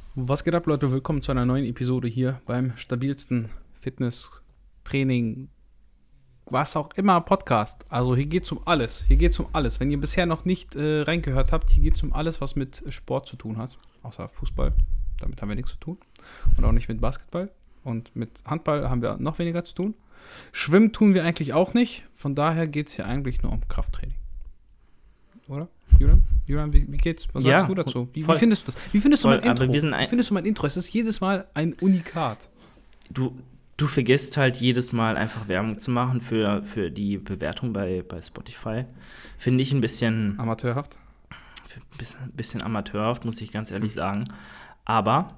Was geht ab, Leute? Willkommen zu einer neuen Episode hier beim stabilsten Fitness-Training, was auch immer Podcast. Also hier geht's um alles. Hier geht's um alles. Wenn ihr bisher noch nicht reingehört habt, hier geht's um alles, was mit Sport zu tun hat. Außer Fußball. Damit haben wir nichts zu tun. Und auch nicht mit Basketball. Und mit Handball haben wir noch weniger zu tun. Schwimmen tun wir eigentlich auch nicht. Von daher geht's hier eigentlich nur um Krafttraining. Oder? Julian, wie geht's? Was sagst du dazu? Wie findest du das? Wie findest du mein Intro? Wie findest du mein Intro? Es ist jedes Mal ein Unikat. Du vergisst halt jedes Mal einfach Werbung zu machen für die Bewertung bei Spotify. Finde ich ein bisschen Amateurhaft? Bisschen amateurhaft, muss ich ganz ehrlich sagen. Aber,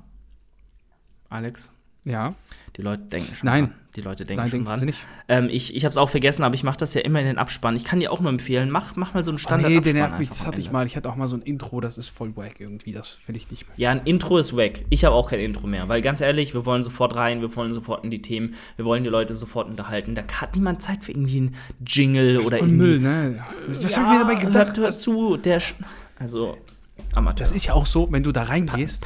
Alex, ja. Die Leute denken schon Nein. dran. Die Leute denken schon dran. Sie nicht. Ich habe es auch vergessen, aber ich mache das ja immer in den Abspann. Ich kann dir auch nur empfehlen, mach mal so einen Standard-Abspann. Nee, der nervt mich. Das hatte ich mal. Ich hatte auch mal so ein Intro, das ist voll wack irgendwie. Das finde ich nicht mehr. Ja, ein Intro ist wack. Ich habe auch kein Intro mehr. Weil ganz ehrlich, wir wollen sofort rein, wir wollen sofort in die Themen, wir wollen die Leute sofort unterhalten. Da hat niemand Zeit für irgendwie einen Jingle oder voll irgendwie. Müll, ne? Was habe ich mir dabei gedacht? Hör zu, also, Amateur. Das ist ja auch so, wenn du da reingehst,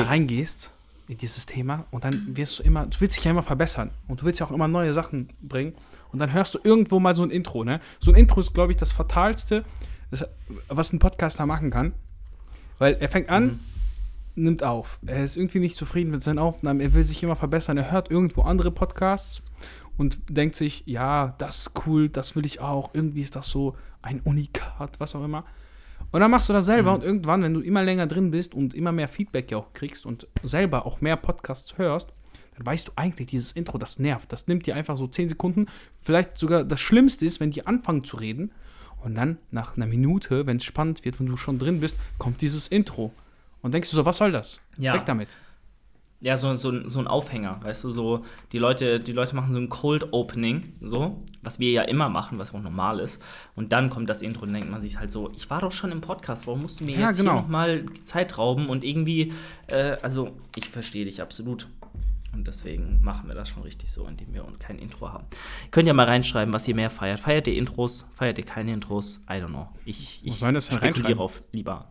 in dieses Thema und dann du willst dich ja immer verbessern und du willst ja auch immer neue Sachen bringen und dann hörst du irgendwo mal so ein Intro, ne? So ein Intro ist, glaube ich, das Fatalste, was ein Podcaster machen kann, weil er fängt an, nimmt auf, er ist irgendwie nicht zufrieden mit seinen Aufnahmen, er will sich immer verbessern, er hört irgendwo andere Podcasts und denkt sich, ja, das ist cool, das will ich auch, irgendwie ist das so ein Unikat, was auch immer. Und dann machst du das selber und irgendwann, wenn du immer länger drin bist und immer mehr Feedback ja auch kriegst und selber auch mehr Podcasts hörst, dann weißt du eigentlich, dieses Intro, das nervt. Das nimmt dir einfach so 10 Sekunden. Vielleicht sogar das Schlimmste ist, wenn die anfangen zu reden und dann nach einer Minute, wenn es spannend wird, wenn du schon drin bist, kommt dieses Intro. Und denkst du so, was soll das? Ja. Weg damit. Ja, so ein Aufhänger, weißt du, so die Leute machen so ein Cold Opening, so, was wir ja immer machen, was auch normal ist. Und dann kommt das Intro und denkt man sich halt so, ich war doch schon im Podcast, warum musst du mir jetzt hier nochmal die Zeit rauben? Und irgendwie, also ich verstehe dich absolut. Und deswegen machen wir das schon richtig so, indem wir kein Intro haben. Könnt ihr mal reinschreiben, was ihr mehr feiert. Feiert ihr Intros? Feiert ihr keine Intros? I don't know. Ich spekuliere auf lieber.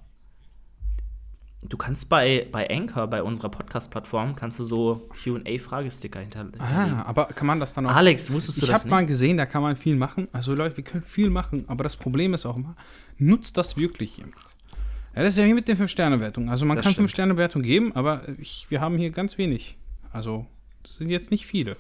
Du kannst bei Anchor, bei unserer Podcast-Plattform, kannst du so Q&A-Fragesticker hinterlegen. Aber kann man das dann auch... Alex, wusstest du das nicht? Ich habe mal gesehen, da kann man viel machen. Also Leute, wir können viel machen, aber das Problem ist auch immer, nutzt das wirklich jemand? Ja, das ist ja wie mit den 5-Sterne-Wertungen. Also man kann 5-Sterne-Wertungen geben, aber wir haben hier ganz wenig. Also das sind jetzt nicht viele.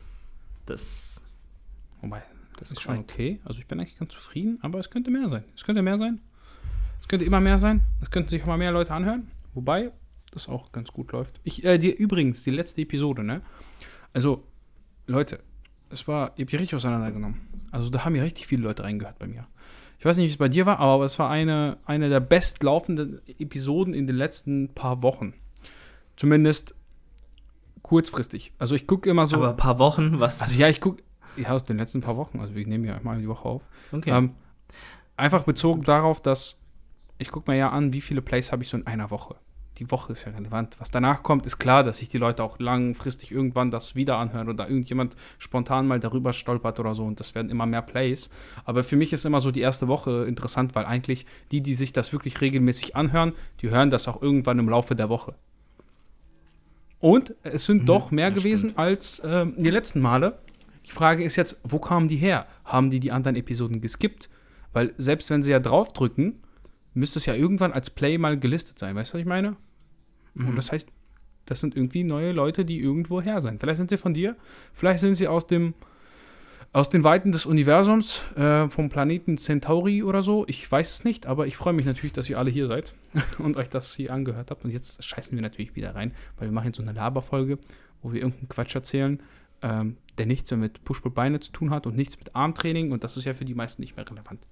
Wobei, das ist schon okay. Also ich bin eigentlich ganz zufrieden, aber es könnte mehr sein. Es könnte immer mehr sein. Es könnten sich auch mal mehr Leute anhören. Wobei das auch ganz gut läuft. Übrigens, die letzte Episode, ne? Also, Leute, ihr habt die richtig auseinandergenommen. Also, da haben ja richtig viele Leute reingehört bei mir. Ich weiß nicht, wie es bei dir war, aber es war eine der bestlaufenden Episoden in den letzten paar Wochen. Zumindest kurzfristig. Also, ich gucke immer so. Aber ein paar Wochen, was? Also, ja, ich gucke. Ja, aus den letzten paar Wochen. Also, wir nehmen ja mal die Woche auf. Okay. Einfach bezogen darauf, dass ich gucke mir ja an, wie viele Plays habe ich so in einer Woche. Die Woche ist ja relevant. Was danach kommt, ist klar, dass sich die Leute auch langfristig irgendwann das wieder anhören oder irgendjemand spontan mal darüber stolpert oder so und das werden immer mehr Plays. Aber für mich ist immer so die erste Woche interessant, weil eigentlich die sich das wirklich regelmäßig anhören, die hören das auch irgendwann im Laufe der Woche. Und es sind doch mehr gewesen als die letzten Male. Die Frage ist jetzt, wo kamen die her? Haben die anderen Episoden geskippt? Weil selbst wenn sie ja draufdrücken, müsste es ja irgendwann als Play mal gelistet sein. Weißt du, was ich meine? Und das heißt, das sind irgendwie neue Leute, die irgendwo her sind. Vielleicht sind sie von dir, vielleicht sind sie aus den Weiten des Universums, vom Planeten Centauri oder so. Ich weiß es nicht, aber ich freue mich natürlich, dass ihr alle hier seid und euch das hier angehört habt. Und jetzt scheißen wir natürlich wieder rein, weil wir machen jetzt so eine Laberfolge, wo wir irgendeinen Quatsch erzählen, der nichts mehr mit Push-Pull-Beine zu tun hat und nichts mit Armtraining. Und das ist ja für die meisten nicht mehr relevant.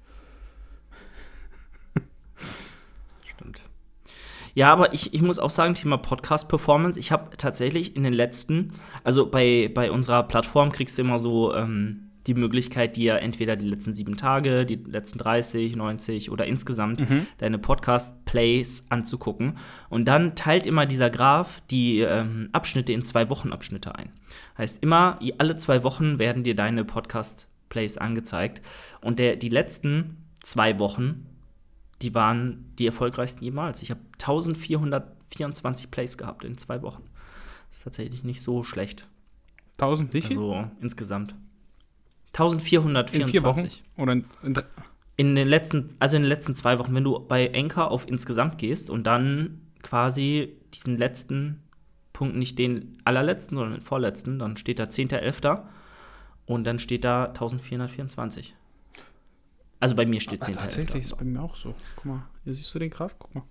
Stimmt. Ja, aber ich muss auch sagen, Thema Podcast-Performance, ich habe tatsächlich in den letzten, also bei unserer Plattform kriegst du immer so die Möglichkeit, dir entweder die letzten 7 Tage, die letzten 30, 90 oder insgesamt deine Podcast-Plays anzugucken. Und dann teilt immer dieser Graph die Abschnitte in 2-Wochen-Abschnitte ein. Heißt, immer alle 2 Wochen werden dir deine Podcast-Plays angezeigt. Und die letzten 2 Wochen, die waren die erfolgreichsten jemals. Ich habe 1400 1024 Plays gehabt in 2 Wochen. Das ist tatsächlich nicht so schlecht. 1000 wie viel? Also insgesamt. 1424. In 4 Wochen? Oder in den letzten 2 Wochen, wenn du bei Anchor auf insgesamt gehst und dann quasi diesen letzten Punkt, nicht den allerletzten, sondern den vorletzten, dann steht da 10.11. und dann steht da 1424. Also bei mir steht 10.11. Tatsächlich ist bei mir auch so. Guck mal, hier siehst du den Graph? Guck mal.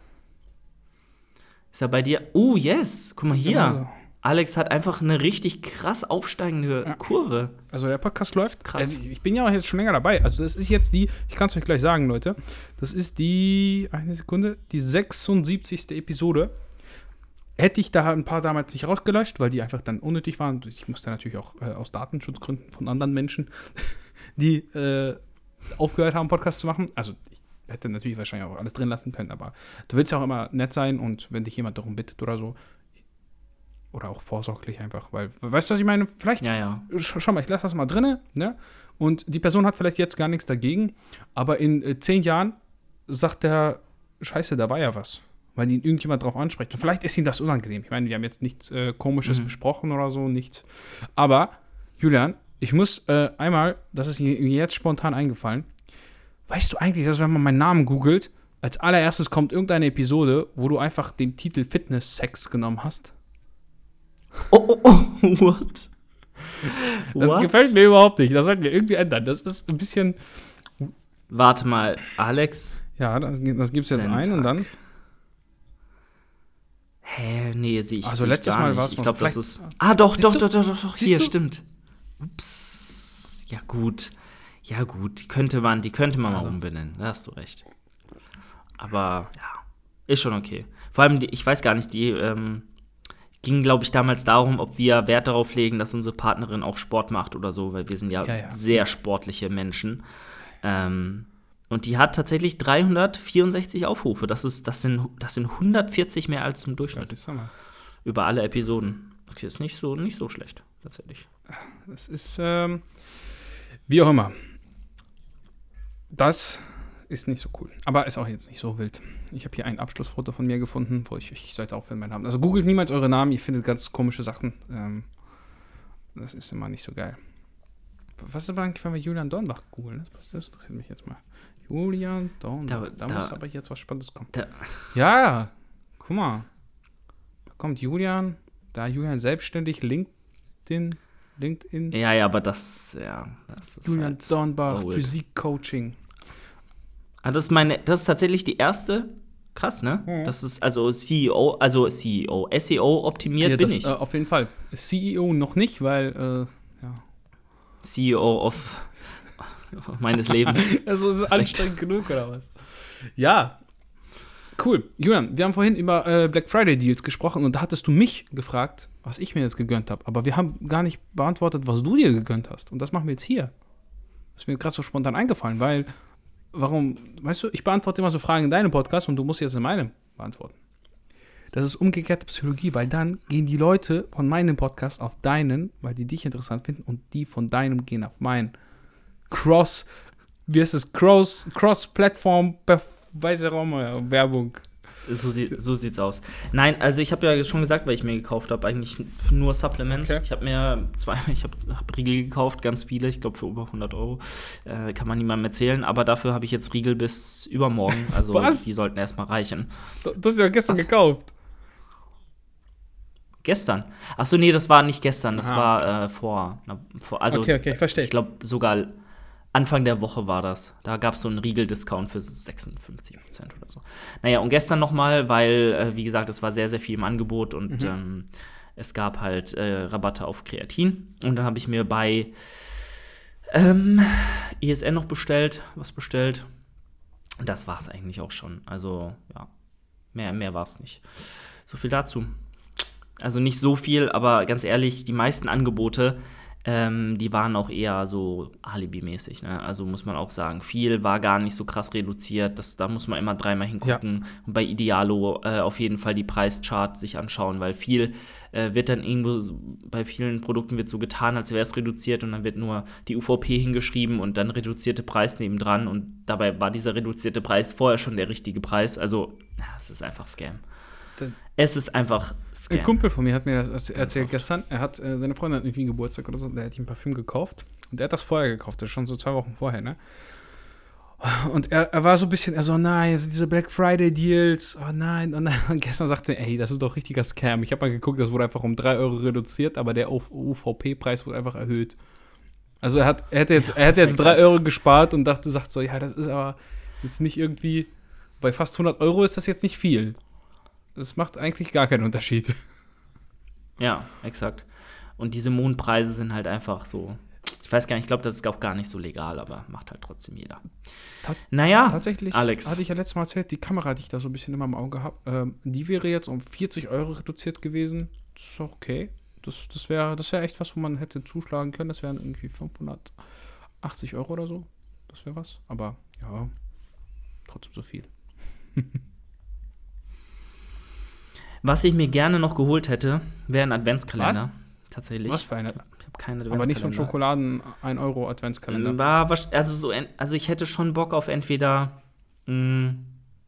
Ist er bei dir? Oh, yes. Guck mal hier. Genau so. Alex hat einfach eine richtig krass aufsteigende Kurve. Also der Podcast läuft. Krass. Ich bin ja auch jetzt schon länger dabei. Also das ist jetzt ich kann es euch gleich sagen, Leute. Das ist die 76. Episode. Hätte ich da ein paar damals nicht rausgelöscht, weil die einfach dann unnötig waren. Ich musste natürlich auch aus Datenschutzgründen von anderen Menschen, die aufgehört haben, Podcast zu machen. Also ich hätte natürlich wahrscheinlich auch alles drin lassen können, aber du willst ja auch immer nett sein und wenn dich jemand darum bittet oder so, oder auch vorsorglich einfach, weil, weißt du, was ich meine? Vielleicht, schau mal, ich lasse das mal drinne, ne? Und die Person hat vielleicht jetzt gar nichts dagegen, aber in 10 Jahren sagt der, Scheiße, da war ja was. Weil ihn irgendjemand drauf anspricht. Und vielleicht ist ihm das unangenehm. Ich meine, wir haben jetzt nichts Komisches besprochen oder so, nichts. Aber, Julian, ich muss einmal, das ist mir jetzt spontan eingefallen, weißt du eigentlich, dass wenn man meinen Namen googelt, als allererstes kommt irgendeine Episode, wo du einfach den Titel Fitness-Sex genommen hast? What? Das gefällt mir überhaupt nicht. Das sollten wir irgendwie ändern. Das ist ein bisschen... Warte mal, Alex. Ja, das gibst du jetzt ein und dann... Hä, nee, sehe ich Also letztes gar Mal nicht. war es Ich glaube, das ist... Doch. Hier, du? Stimmt. Ups. Ja, gut. Die könnte man mal umbenennen. Da hast du recht. Aber, ja, ist schon okay. Vor allem, ich weiß gar nicht, die ging, glaube ich, damals darum, ob wir Wert darauf legen, dass unsere Partnerin auch Sport macht oder so, weil wir sind ja sehr sportliche Menschen. Und die hat tatsächlich 364 Aufrufe. Das sind 140 mehr als im Durchschnitt. Über alle Episoden. Okay, ist nicht so schlecht, tatsächlich. Das ist, wie auch immer. Das ist nicht so cool. Aber ist auch jetzt nicht so wild. Ich habe hier ein Abschlussfoto von mir gefunden, wo ich sollte aufhören, meinen Namen. Also googelt niemals eure Namen, ihr findet ganz komische Sachen. Das ist immer nicht so geil. Was ist aber eigentlich, wenn wir Julian Dornbach googeln? Das interessiert mich jetzt mal. Julian Dornbach. Da muss aber jetzt was Spannendes kommen. Ja, guck mal. Da kommt Julian. Julian selbstständig, LinkedIn. Ja, aber das ist Julian halt Dornbach, old. Physikcoaching. Das ist tatsächlich die erste. Krass, ne? Mhm. Das ist also SEO optimiert bin ich. Auf jeden Fall. CEO noch nicht, weil, CEO of meines Lebens. Also ist anstrengend genug, oder was? Ja. Cool. Julian, wir haben vorhin über Black Friday Deals gesprochen und da hattest du mich gefragt, was ich mir jetzt gegönnt habe. Aber wir haben gar nicht beantwortet, was du dir gegönnt hast. Und das machen wir jetzt hier. Das ist mir gerade so spontan eingefallen, weil, warum, weißt du, ich beantworte immer so Fragen in deinem Podcast und du musst jetzt in meinem beantworten. Das ist umgekehrte Psychologie, weil dann gehen die Leute von meinem Podcast auf deinen, weil die dich interessant finden und die von deinem gehen auf meinen. Cross-Plattform, weiße Raum-Werbung. So sieht's aus. Nein, also ich habe ja schon gesagt, weil ich mir gekauft habe, eigentlich nur Supplements. Okay. Ich habe Riegel gekauft, ganz viele, ich glaube für über 100 Euro. Kann man niemandem erzählen, aber dafür habe ich jetzt Riegel bis übermorgen. Also was? Die sollten erstmal reichen. Du hast ja gestern gekauft. Gestern? Achso, nee, das war nicht gestern, das war also okay, ich verstehe. Ich glaube sogar Anfang der Woche war das. Da gab es so einen Riegel-Discount für 56% oder so. Naja, und gestern nochmal, weil, wie gesagt, es war sehr, sehr viel im Angebot und es gab halt Rabatte auf Kreatin. Und dann habe ich mir bei ESN noch was bestellt. Das war es eigentlich auch schon. Also, ja, mehr war es nicht. So viel dazu. Also nicht so viel, aber ganz ehrlich, die meisten Angebote, die waren auch eher so Alibi-mäßig, ne? Also muss man auch sagen, viel war gar nicht so krass reduziert, da muss man immer dreimal hingucken. Ja. Und bei Idealo auf jeden Fall die Preischart sich anschauen, weil viel wird dann irgendwo, bei vielen Produkten wird so getan, als wäre es reduziert und dann wird nur die UVP hingeschrieben und dann reduzierte Preis nebendran und dabei war dieser reduzierte Preis vorher schon der richtige Preis, also es ist einfach Scam. Es ist einfach Scam. Ein Kumpel von mir hat mir das erzählt gestern. Er hat, seine Freundin hat irgendwie Geburtstag oder so, der hat ihm Parfüm gekauft. Und er hat das vorher gekauft, das ist schon so 2 Wochen vorher, ne? Und er war so ein bisschen, er so, nein, jetzt sind diese Black Friday Deals, oh nein. Und gestern sagte er, ey, das ist doch richtiger Scam. Ich habe mal geguckt, das wurde einfach um 3 Euro reduziert, aber der UVP-Preis wurde einfach erhöht. Also er hätte jetzt 3 Euro gespart und sagt so, ja, das ist aber jetzt nicht irgendwie, bei fast 100 Euro ist das jetzt nicht viel. Das macht eigentlich gar keinen Unterschied. Ja, exakt. Und diese Mondpreise sind halt einfach so, ich weiß gar nicht, ich glaube, das ist auch gar nicht so legal, aber macht halt trotzdem jeder. Tatsächlich, Alex, hatte ich ja letztes Mal erzählt, die Kamera, die ich da so ein bisschen immer im Auge habe, die wäre jetzt um 40 Euro reduziert gewesen. Das ist okay. Das wäre echt was, wo man hätte zuschlagen können. Das wären irgendwie 580 Euro oder so. Das wäre was. Aber ja, trotzdem so viel. Was ich mir gerne noch geholt hätte, wäre ein Adventskalender. Was? Tatsächlich. Was für eine? Ich habe keinen Adventskalender. Aber nicht so ein Schokoladen 1 Euro Adventskalender. Also ich hätte schon Bock auf entweder einen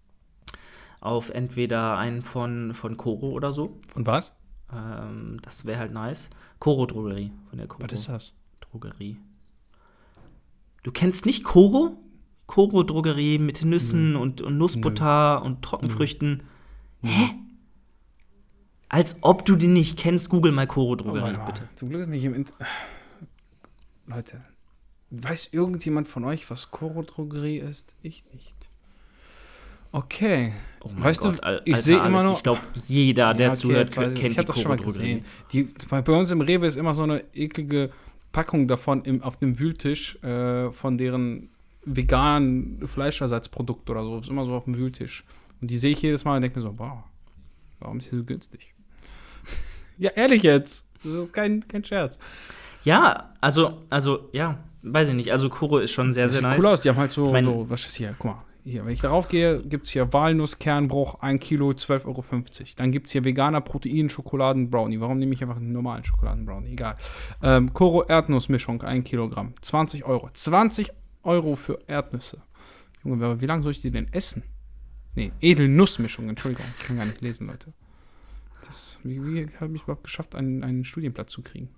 von Koro oder so. Von was? Das wäre halt nice. Koro Drogerie. Von der Koro. Was ist das? Drogerie. Du kennst nicht Koro? Koro Drogerie mit Nüssen und Nussbutter und Trockenfrüchten. Hä? Als ob du die nicht kennst, google mal Koro Drogerie, bitte. Zum Glück ist nicht im Leute, weiß irgendjemand von euch, was Koro Drogerie ist? Ich nicht. Okay. Oh mein weißt Gott, du, ich sehe immer noch. Ich glaube, jeder, der zuhört, kennt ich die Koro Drogerie. Bei uns im Rewe ist immer so eine eklige Packung davon auf dem Wühltisch von deren veganen Fleischersatzprodukt oder so. Ist immer so auf dem Wühltisch. Und die sehe ich jedes Mal und denke mir so, wow, warum ist die so günstig? Ja, ehrlich jetzt. Das ist kein Scherz. Ja, also, ja, weiß ich nicht. Also, Koro ist schon sehr, sehr nice. Sieht cool aus. Die haben halt so, was ist hier? Guck mal. Hier, wenn ich darauf gehe, gibt es hier Walnusskernbruch, 1 Kilo, 12,50 Euro. Dann gibt es hier veganer Protein-Schokoladen-Brownie. Warum nehme ich einfach einen normalen Schokoladen-Brownie? Egal. Koro-Erdnussmischung, 1 Kilogramm. 20 Euro. 20 Euro für Erdnüsse. Junge, wie lange soll ich die denn essen? Nee, Edelnussmischung, Entschuldigung. Ich kann gar nicht lesen, Leute. Wie habe ich überhaupt geschafft, einen Studienplatz zu kriegen?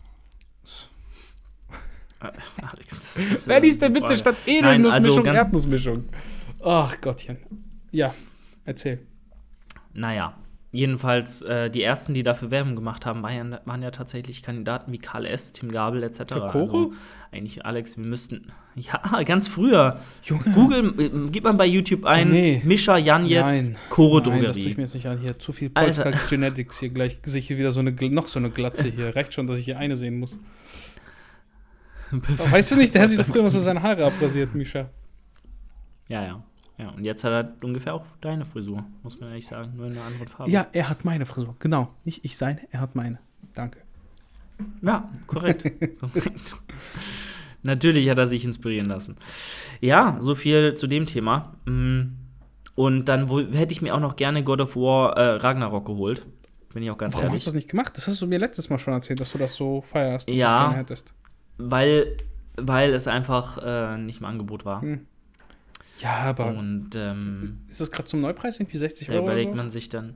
Alex, wer liest denn bitte statt Edelnussmischung Erdnussmischung? Ach Gottchen. Ja, erzähl. Naja, jedenfalls die ersten, die dafür Werbung gemacht haben, waren ja tatsächlich Kandidaten wie Karl S., Tim Gabel etc. Für Koro? Also, eigentlich, Alex, wir müssten, ja, ganz früher. Junge. Google, gib mal bei YouTube ein, Mischa Janjetz, Koro Drogerie. Nein, das tue ich mir jetzt nicht an. Hier, zu viel Polska Genetics hier. Gleich sehe ich hier wieder noch so eine Glatze hier. Reicht schon, dass ich hier eine sehen muss. Weißt du nicht, der hat sich doch früher immer so seine Haare abrasiert, Mischa. Ja, und jetzt hat er ungefähr auch deine Frisur, muss man ehrlich sagen, nur in einer anderen Farbe. Ja, er hat meine Frisur, genau. Nicht ich seine, er hat meine. Danke. Ja, korrekt. Natürlich hat er sich inspirieren lassen. Ja, so viel zu dem Thema. Und dann hätte ich mir auch noch gerne God of War Ragnarok geholt. Bin ich auch ganz ehrlich. Warum hast du das nicht gemacht? Das hast du mir letztes Mal schon erzählt, dass du das so feierst und ja, das gerne hättest. Weil es einfach nicht im Angebot war. Ja, aber und, ist das gerade zum Neupreis irgendwie 60 Euro? Da überlegt man sich dann.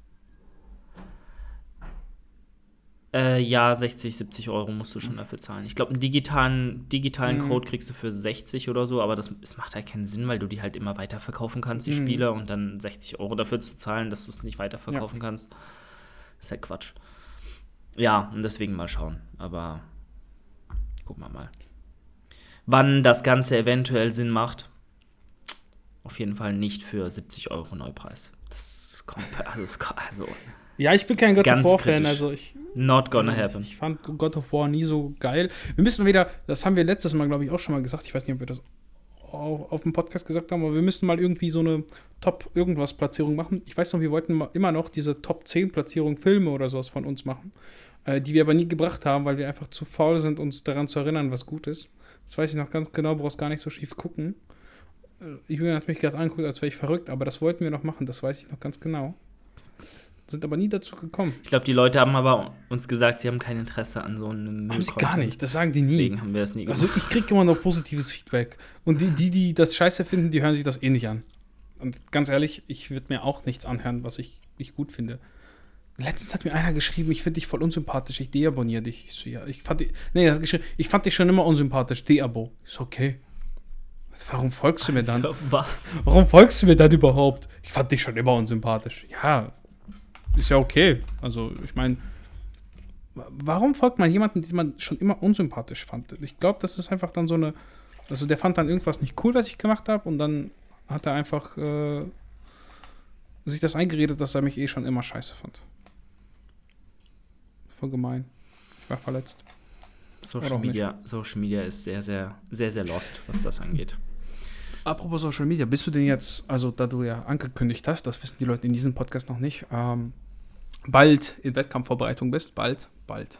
Ja, 60, 70 Euro musst du schon dafür zahlen. Ich glaube, einen digitalen Code kriegst du für 60 oder so, aber es macht halt keinen Sinn, weil du die halt immer weiterverkaufen kannst, die Spiele, und dann 60 Euro dafür zu zahlen, dass du es nicht weiterverkaufen kannst. Ist halt Quatsch. Ja, und deswegen mal schauen. Aber gucken wir mal. Wann das Ganze eventuell Sinn macht. Auf jeden Fall nicht für 70 Euro Neupreis. Das kommt, also ja, ich bin kein God of War-Fan, also not gonna happen. Ich fand God of War nie so geil. Wir müssen mal wieder, das haben wir letztes Mal, glaube ich, auch schon mal gesagt, ich weiß nicht, ob wir das auf dem Podcast gesagt haben, aber wir müssen mal irgendwie so eine Top-Irgendwas-Platzierung machen. Ich weiß noch, wir wollten immer noch diese Top-10-Platzierung Filme oder sowas von uns machen, die wir aber nie gebracht haben, weil wir einfach zu faul sind, uns daran zu erinnern, was gut ist. Das weiß ich noch ganz genau, brauchst gar nicht so schief gucken. Julian hat mich gerade angeguckt, als wäre ich verrückt, aber das wollten wir noch machen, das weiß ich noch ganz genau. Sind aber nie dazu gekommen. Ich glaube, die Leute haben aber uns gesagt, sie haben kein Interesse an so einem Haben sie gar nicht, das sagen die nie. Deswegen haben wir es nie gemacht. Also ich kriege immer noch positives Feedback. Und die das scheiße finden, die hören sich das eh nicht an. Und ganz ehrlich, ich würde mir auch nichts anhören, was ich nicht gut finde. Letztens hat mir einer geschrieben, ich finde dich voll unsympathisch, ich deabonniere dich. Ich so, ja, er hat geschrieben, ich fand dich schon immer unsympathisch, deabo. Ich so, okay. Warum folgst du mir dann? Alter, was? Warum folgst du mir dann überhaupt? Ich fand dich schon immer unsympathisch. Ja, ist ja okay. Also, ich meine, warum folgt man jemanden, den man schon immer unsympathisch fand? Ich glaube, das ist einfach dann so eine, also der fand dann irgendwas nicht cool, was ich gemacht habe und dann hat er einfach sich das eingeredet, dass er mich eh schon immer scheiße fand. Voll gemein. Ich war verletzt. Social Media ist sehr, sehr, sehr, sehr lost, was das angeht. Apropos Social Media, bist du denn jetzt, also da du ja angekündigt hast, das wissen die Leute in diesem Podcast noch nicht, bald in Wettkampfvorbereitung bist, bald,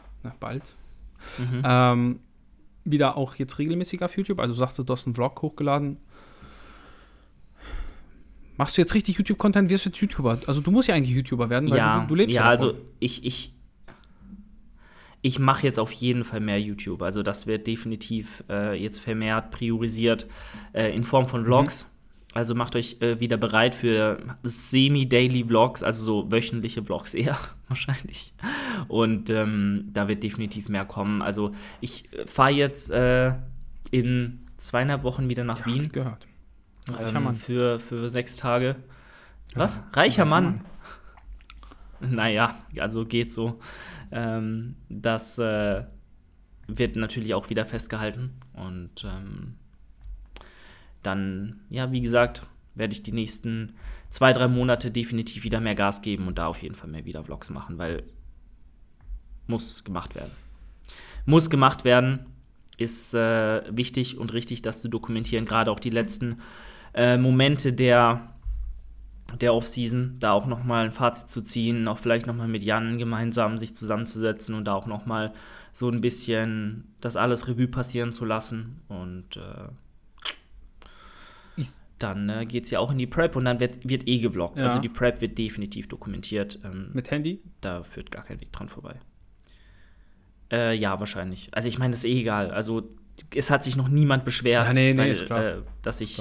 wieder auch jetzt regelmäßig auf YouTube, also du sagst, du hast einen Vlog hochgeladen. Machst du jetzt richtig YouTube-Content, wirst du jetzt YouTuber? Also du musst ja eigentlich YouTuber werden, weil du lebst ja davon. Also ich mache jetzt auf jeden Fall mehr YouTube. Also das wird definitiv jetzt vermehrt priorisiert in Form von Vlogs. Also macht euch wieder bereit für semi-daily Vlogs, also so wöchentliche Vlogs eher wahrscheinlich. Und da wird definitiv mehr kommen. Also ich fahre jetzt in 2,5 Wochen wieder nach Wien. Gehört. Reicher Mann. Für 6 Tage. Was? Reicher Mann? Naja, also geht so. Das wird natürlich auch wieder festgehalten. Und dann, ja, wie gesagt, werde ich die nächsten 2-3 Monate definitiv wieder mehr Gas geben und da auf jeden Fall mehr wieder Vlogs machen, weil muss gemacht werden. Muss gemacht werden, ist wichtig und richtig, das zu dokumentieren, gerade auch die letzten Momente der Off-Season, da auch nochmal ein Fazit zu ziehen, auch vielleicht nochmal mit Jan gemeinsam sich zusammenzusetzen und da auch nochmal so ein bisschen das alles Revue passieren zu lassen und dann geht es ja auch in die Prep und dann wird gevloggt. Ja. Also die Prep wird definitiv dokumentiert. Mit Handy? Da führt gar kein Weg dran vorbei. Ja, wahrscheinlich. Also ich meine, das ist eh egal. Also es hat sich noch niemand beschwert, ist klar. Dass ich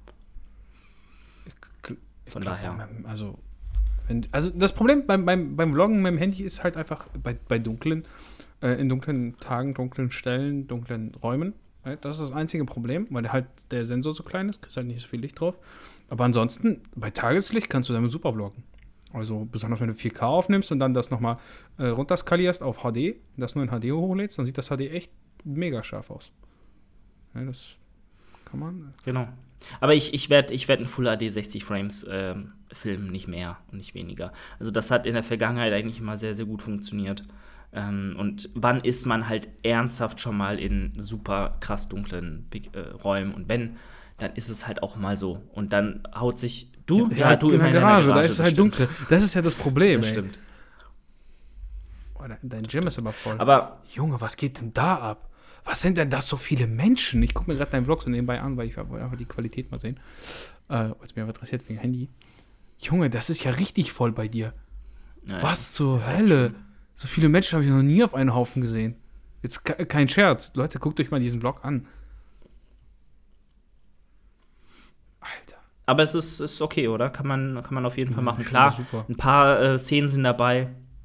von daher. Also das Problem beim Vloggen mit dem Handy ist halt einfach bei dunklen Tagen, dunklen Stellen, dunklen Räumen. Das ist das einzige Problem, weil halt der Sensor so klein ist, kriegst halt nicht so viel Licht drauf. Aber ansonsten, bei Tageslicht kannst du damit super vloggen. Also besonders wenn du 4K aufnimmst und dann das nochmal runterskalierst auf HD, das nur in HD hochlädst, dann sieht das HD echt mega scharf aus. Ja, das kann man. Genau. Aber ich werd ein Full HD 60 Frames filmen, nicht mehr und nicht weniger. Also das hat in der Vergangenheit eigentlich immer sehr, sehr gut funktioniert. Und wann ist man halt ernsthaft schon mal in super krass dunklen Räumen? Und wenn, dann ist es halt auch mal so. Und dann haut sich du in der Garage, da ist es halt dunkel. Das ist ja das Problem. Das stimmt. Oh, dein Gym ist aber voll. Aber Junge, was geht denn da ab? Was sind denn das so viele Menschen? Ich gucke mir gerade deinen Vlog so nebenbei an, weil ich wollte einfach die Qualität mal sehen. Weil es mir interessiert wegen Handy. Junge, das ist ja richtig voll bei dir. Ja, was zur Hölle? So viele Menschen habe ich noch nie auf einen Haufen gesehen. Jetzt kein Scherz. Leute, guckt euch mal diesen Vlog an. Alter. Aber es ist okay, oder? Kann man auf jeden Fall machen. Klar, ein paar Szenen sind dabei.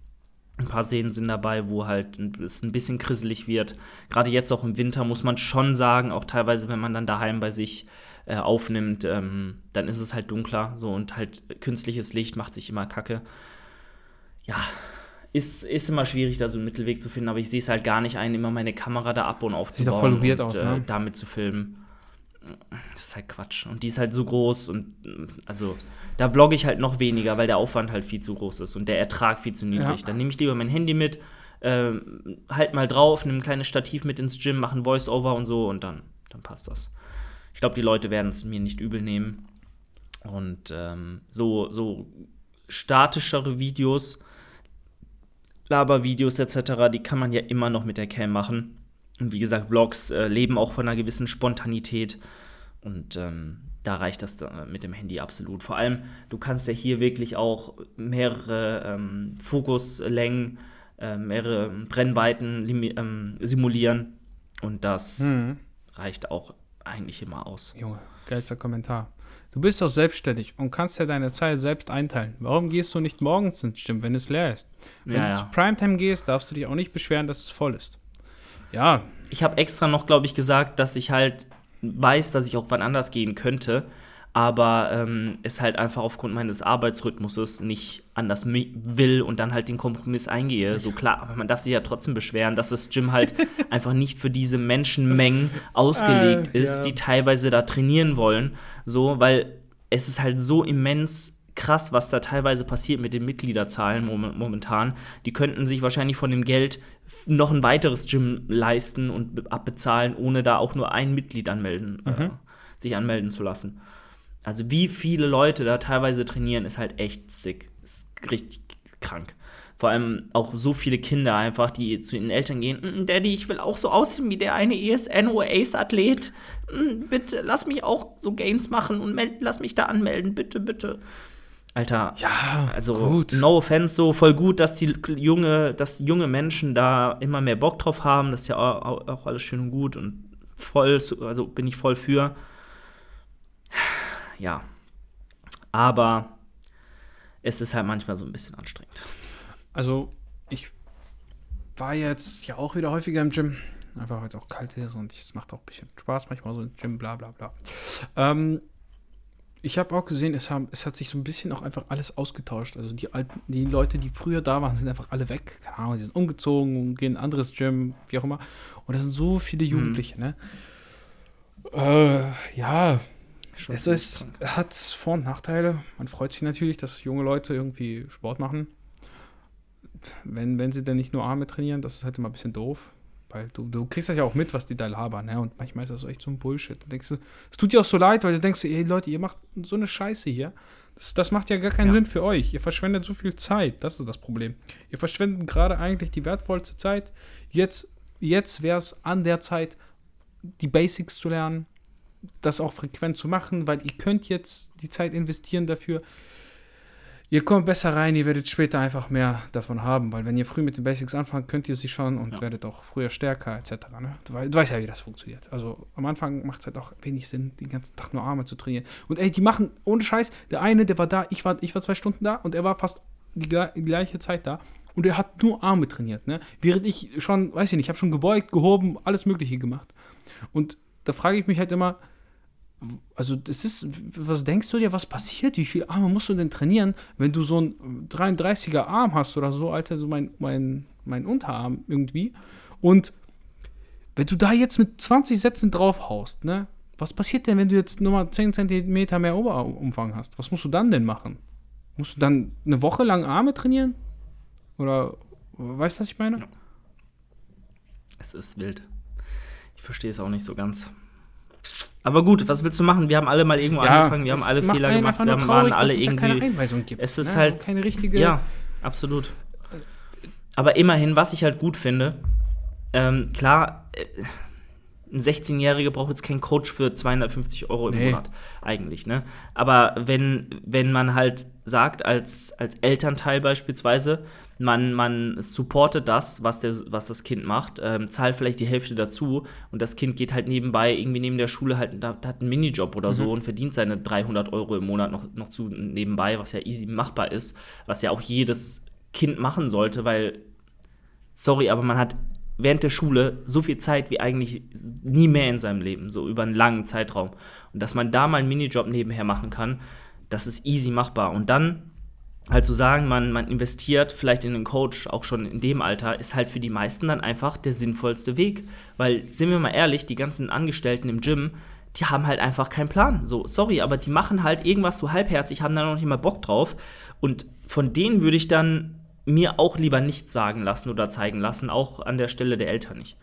Wo halt es ein bisschen krisselig wird. Gerade jetzt auch im Winter muss man schon sagen, auch teilweise, wenn man dann daheim bei sich aufnimmt, dann ist es halt dunkler. So, und halt künstliches Licht macht sich immer kacke. Ja, ist immer schwierig, da so einen Mittelweg zu finden, aber ich sehe es halt gar nicht ein, immer meine Kamera da ab und aufzubauen. Sieht doch voll weird aus, ne? Damit zu filmen. Das ist halt Quatsch. Und die ist halt so groß und also da vlogge ich halt noch weniger, weil der Aufwand halt viel zu groß ist und der Ertrag viel zu niedrig. Ja. Dann nehme ich lieber mein Handy mit, halt mal drauf, nehme ein kleines Stativ mit ins Gym, mache ein Voice-Over und so und dann passt das. Ich glaube, die Leute werden es mir nicht übel nehmen. Und so statischere Videos, Labervideos etc., die kann man ja immer noch mit der Cam machen. Und wie gesagt, Vlogs leben auch von einer gewissen Spontanität. Und da reicht das mit dem Handy absolut. Vor allem, du kannst ja hier wirklich auch mehrere Fokuslängen, mehrere Brennweiten simulieren. Und das reicht auch eigentlich immer aus. Junge, geilster Kommentar. Du bist doch selbstständig und kannst ja deine Zeit selbst einteilen. Warum gehst du nicht morgens ins Gym, wenn es leer ist? Wenn du zu Primetime gehst, darfst du dich auch nicht beschweren, dass es voll ist. Ja. Ich habe extra noch, glaube ich, gesagt, dass ich halt weiß, dass ich auch wann anders gehen könnte, aber es halt einfach aufgrund meines Arbeitsrhythmuses nicht anders will und dann halt den Kompromiss eingehe. So klar, aber man darf sich ja trotzdem beschweren, dass das Gym halt einfach nicht für diese Menschenmengen ausgelegt ist, die teilweise da trainieren wollen. So, weil es ist halt so immens krass, was da teilweise passiert mit den Mitgliederzahlen momentan. Die könnten sich wahrscheinlich von dem Geld noch ein weiteres Gym leisten und abbezahlen, ohne da auch nur ein Mitglied sich anmelden zu lassen. Also wie viele Leute da teilweise trainieren, ist halt echt sick. Ist richtig krank. Vor allem auch so viele Kinder einfach, die zu ihren Eltern gehen, Daddy, ich will auch so aussehen wie der eine ESN-Ace-Athlet. Bitte, lass mich auch so Gains machen und lass mich da anmelden, bitte, bitte. Alter, ja, also gut. No offense, so voll gut, dass junge Menschen da immer mehr Bock drauf haben. Das ist ja auch alles schön und gut und also bin ich voll für. Ja, aber es ist halt manchmal so ein bisschen anstrengend. Also, ich war jetzt ja auch wieder häufiger im Gym, einfach weil es auch kalt ist und es macht auch ein bisschen Spaß manchmal so im Gym, bla bla bla. Ich habe auch gesehen, es hat sich so ein bisschen auch einfach alles ausgetauscht. Also die Leute, die früher da waren, sind einfach alle weg. Keine Ahnung, die sind umgezogen und gehen in ein anderes Gym, wie auch immer. Und das sind so viele Jugendliche, ne? Ja, es hat Vor- und Nachteile. Man freut sich natürlich, dass junge Leute irgendwie Sport machen. Wenn sie denn nicht nur Arme trainieren, das ist halt immer ein bisschen doof. Weil du kriegst das ja auch mit, was die da labern, ne? Und manchmal ist das so echt so ein Bullshit. Und denkst du, es tut dir auch so leid, weil du denkst, ey Leute, ihr macht so eine Scheiße hier. Das macht ja gar keinen Sinn für euch. Ihr verschwendet so viel Zeit. Das ist das Problem. Ihr verschwendet gerade eigentlich die wertvollste Zeit. Jetzt wäre es an der Zeit, die Basics zu lernen, das auch frequent zu machen, weil ihr könnt jetzt die Zeit investieren dafür. Ihr kommt besser rein, ihr werdet später einfach mehr davon haben, weil wenn ihr früh mit den Basics anfangt, könnt ihr sie schon und werdet auch früher stärker etc. Ne? Du weißt ja, wie das funktioniert. Also am Anfang macht es halt auch wenig Sinn, den ganzen Tag nur Arme zu trainieren. Und ey, die machen, ohne Scheiß, der eine, der war da, ich war 2 Stunden da und er war fast die gleiche Zeit da und er hat nur Arme trainiert. Ne? Während ich schon, weiß ich nicht, ich habe schon gebeugt, gehoben, alles Mögliche gemacht. Und da frage ich mich halt immer, also was denkst du dir, was passiert? Wie viele Arme musst du denn trainieren, wenn du so einen 33er Arm hast oder so, Alter, so mein Unterarm irgendwie. Und wenn du da jetzt mit 20 Sätzen draufhaust, ne, was passiert denn, wenn du jetzt nur mal 10 cm mehr Oberumfang hast? Was musst du dann denn machen? Musst du dann eine Woche lang Arme trainieren? Oder, weißt du, was ich meine? Es ist wild. Ich verstehe es auch nicht so ganz. Aber gut, was willst du machen? Wir haben alle mal irgendwo angefangen, wir haben alle Fehler gemacht, wir waren alle irgendwie. Keine Einweisung gibt, es ist ne? halt keine richtige. Ja, absolut. Aber immerhin, was ich halt gut finde, klar, ein 16-Jähriger braucht jetzt keinen Coach für 250 € im Monat, eigentlich, ne? Aber wenn man halt sagt, als Elternteil beispielsweise, man supportet das, was das Kind macht, zahlt vielleicht die Hälfte dazu und das Kind geht halt nebenbei, irgendwie neben der Schule halt, hat einen Minijob oder so und verdient seine 300 € im Monat noch zu nebenbei, was ja easy machbar ist, was ja auch jedes Kind machen sollte, weil, sorry, aber man hat während der Schule so viel Zeit wie eigentlich nie mehr in seinem Leben, so über einen langen Zeitraum. Und dass man da mal einen Minijob nebenher machen kann, das ist easy machbar. Und dann halt zu sagen, man investiert vielleicht in einen Coach, auch schon in dem Alter, ist halt für die meisten dann einfach der sinnvollste Weg. Weil, sind wir mal ehrlich, die ganzen Angestellten im Gym, die haben halt einfach keinen Plan. So, sorry, aber die machen halt irgendwas so halbherzig, haben da noch nicht mal Bock drauf. Und von denen würde ich dann mir auch lieber nichts sagen lassen oder zeigen lassen, auch an der Stelle der Eltern nicht.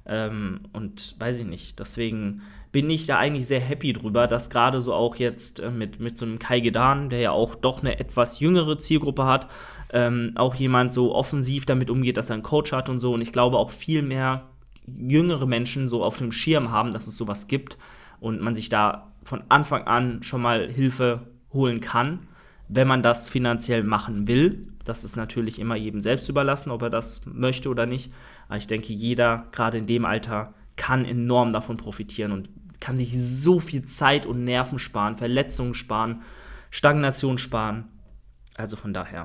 Und weiß ich nicht, deswegen bin ich da eigentlich sehr happy drüber, dass gerade so auch jetzt mit so einem Kai Gedan, der ja auch doch eine etwas jüngere Zielgruppe hat, auch jemand so offensiv damit umgeht, dass er einen Coach hat und so. Und ich glaube auch viel mehr jüngere Menschen so auf dem Schirm haben, dass es sowas gibt und man sich da von Anfang an schon mal Hilfe holen kann, wenn man das finanziell machen will. Das ist natürlich immer jedem selbst überlassen, ob er das möchte oder nicht. Aber ich denke, jeder, gerade in dem Alter, kann enorm davon profitieren. Und kann sich so viel Zeit und Nerven sparen, Verletzungen sparen, Stagnation sparen. Also von daher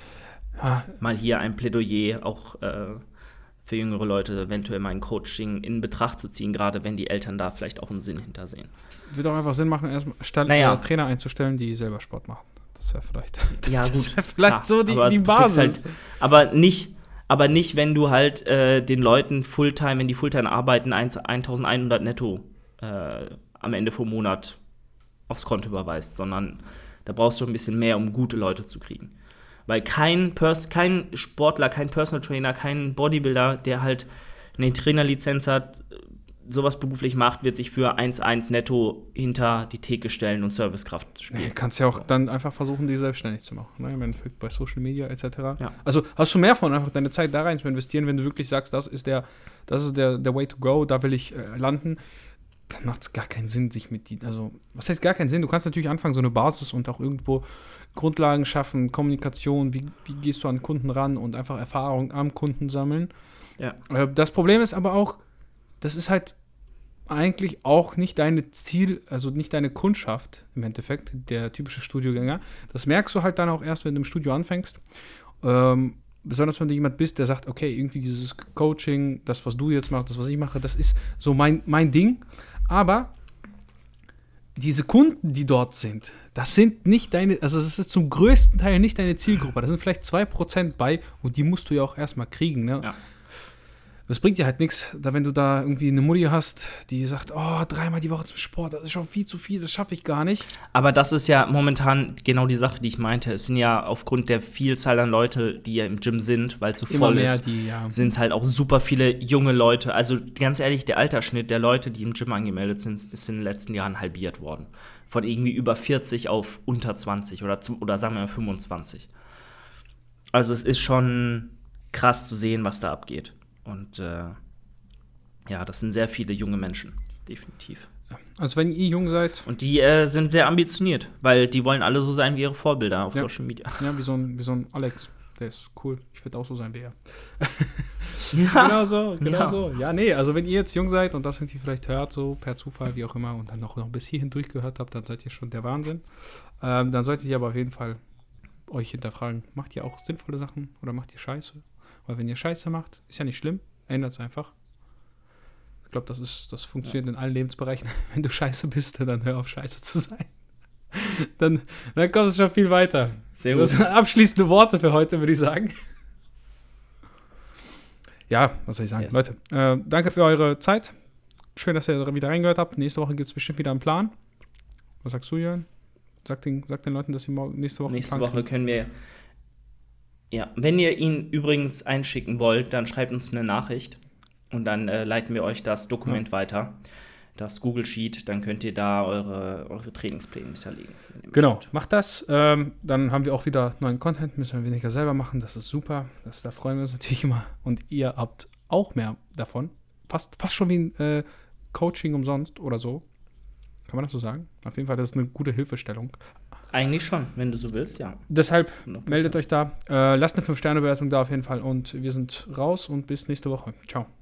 mal hier ein Plädoyer auch für jüngere Leute, eventuell mal ein Coaching in Betracht zu ziehen, gerade wenn die Eltern da vielleicht auch einen Sinn hintersehen. Wird auch einfach Sinn machen, erstmal Trainer einzustellen, die selber Sport machen. Das wäre vielleicht, klar, so die Basis. Halt, aber nicht, wenn du halt den Leuten Fulltime, wenn die Fulltime arbeiten, 1.100 netto am Ende vom Monat aufs Konto überweist, sondern da brauchst du ein bisschen mehr, um gute Leute zu kriegen. Weil kein Sportler, kein Personal Trainer, kein Bodybuilder, der halt eine Trainerlizenz hat, sowas beruflich macht, wird sich für 1,1 netto hinter die Theke stellen und Servicekraft spielen. Nee, kannst ja auch dann einfach versuchen, die selbstständig zu machen. Ne? Im Endeffekt bei Social Media etc. Ja. Also hast du mehr von, einfach deine Zeit da rein zu investieren, wenn du wirklich sagst, das ist der Way to go, da will ich landen. Dann macht es gar keinen Sinn, sich was heißt gar keinen Sinn? Du kannst natürlich anfangen, so eine Basis und auch irgendwo Grundlagen schaffen, Kommunikation, wie gehst du an Kunden ran und einfach Erfahrung am Kunden sammeln. Ja. Das Problem ist aber auch, das ist halt eigentlich auch nicht deine nicht deine Kundschaft im Endeffekt, der typische Studiogänger. Das merkst du halt dann auch erst, wenn du im Studio anfängst. Besonders wenn du jemand bist, der sagt, okay, irgendwie dieses Coaching, das, was du jetzt machst, das, was ich mache, das ist so mein Ding. Aber diese Kunden, die dort sind, das sind nicht das ist zum größten Teil nicht deine Zielgruppe. Da sind vielleicht 2% bei und die musst du ja auch erstmal kriegen. Ne? Ja. Das bringt dir halt nichts, wenn du da irgendwie eine Mutti hast, die sagt, 3-mal die Woche zum Sport, das ist schon viel zu viel, das schaffe ich gar nicht. Aber das ist ja momentan genau die Sache, die ich meinte. Es sind ja aufgrund der Vielzahl an Leute, die ja im Gym sind, weil es so voll ist, sind halt auch super viele junge Leute. Also ganz ehrlich, der Altersschnitt der Leute, die im Gym angemeldet sind, ist in den letzten Jahren halbiert worden. Von irgendwie über 40 auf unter 20 oder sagen wir mal 25. Also es ist schon krass zu sehen, was da abgeht. Und das sind sehr viele junge Menschen, definitiv. Also wenn ihr jung seid. Und die sind sehr ambitioniert, weil die wollen alle so sein wie ihre Vorbilder auf Social Media. Ja, wie so ein Alex. Der ist cool. Ich würde auch so sein wie er. Genau so. Ja, nee, also wenn ihr jetzt jung seid und das irgendwie vielleicht hört, so per Zufall, wie auch immer, und dann noch bis hierhin durchgehört habt, dann seid ihr schon der Wahnsinn. Dann solltet ihr aber auf jeden Fall euch hinterfragen, macht ihr auch sinnvolle Sachen oder macht ihr Scheiße? Weil wenn ihr Scheiße macht, ist ja nicht schlimm, ändert es einfach. Ich glaube, das funktioniert in allen Lebensbereichen. Wenn du Scheiße bist, dann hör auf, Scheiße zu sein. Dann kommst du schon viel weiter. Sehr gut. Das sind abschließende Worte für heute, würde ich sagen. Ja, was soll ich sagen? Yes. Leute, danke für eure Zeit. Schön, dass ihr wieder reingehört habt. Nächste Woche gibt es bestimmt wieder einen Plan. Was sagst du, Jörn? Sag den Leuten, dass sie nächste Woche können wir. Ja, wenn ihr ihn übrigens einschicken wollt, dann schreibt uns eine Nachricht und dann leiten wir euch das Dokument weiter, das Google Sheet, dann könnt ihr da eure Trainingspläne hinterlegen. Genau, macht das. Dann haben wir auch wieder neuen Content, müssen wir weniger selber machen, das ist super, da freuen wir uns natürlich immer und ihr habt auch mehr davon. Fast schon wie ein Coaching umsonst oder so. Kann man das so sagen? Auf jeden Fall, das ist eine gute Hilfestellung. Eigentlich schon, wenn du so willst, ja. Deshalb 100%. Meldet euch da. Lasst eine 5-Sterne-Bewertung da auf jeden Fall. Und wir sind raus und bis nächste Woche. Ciao.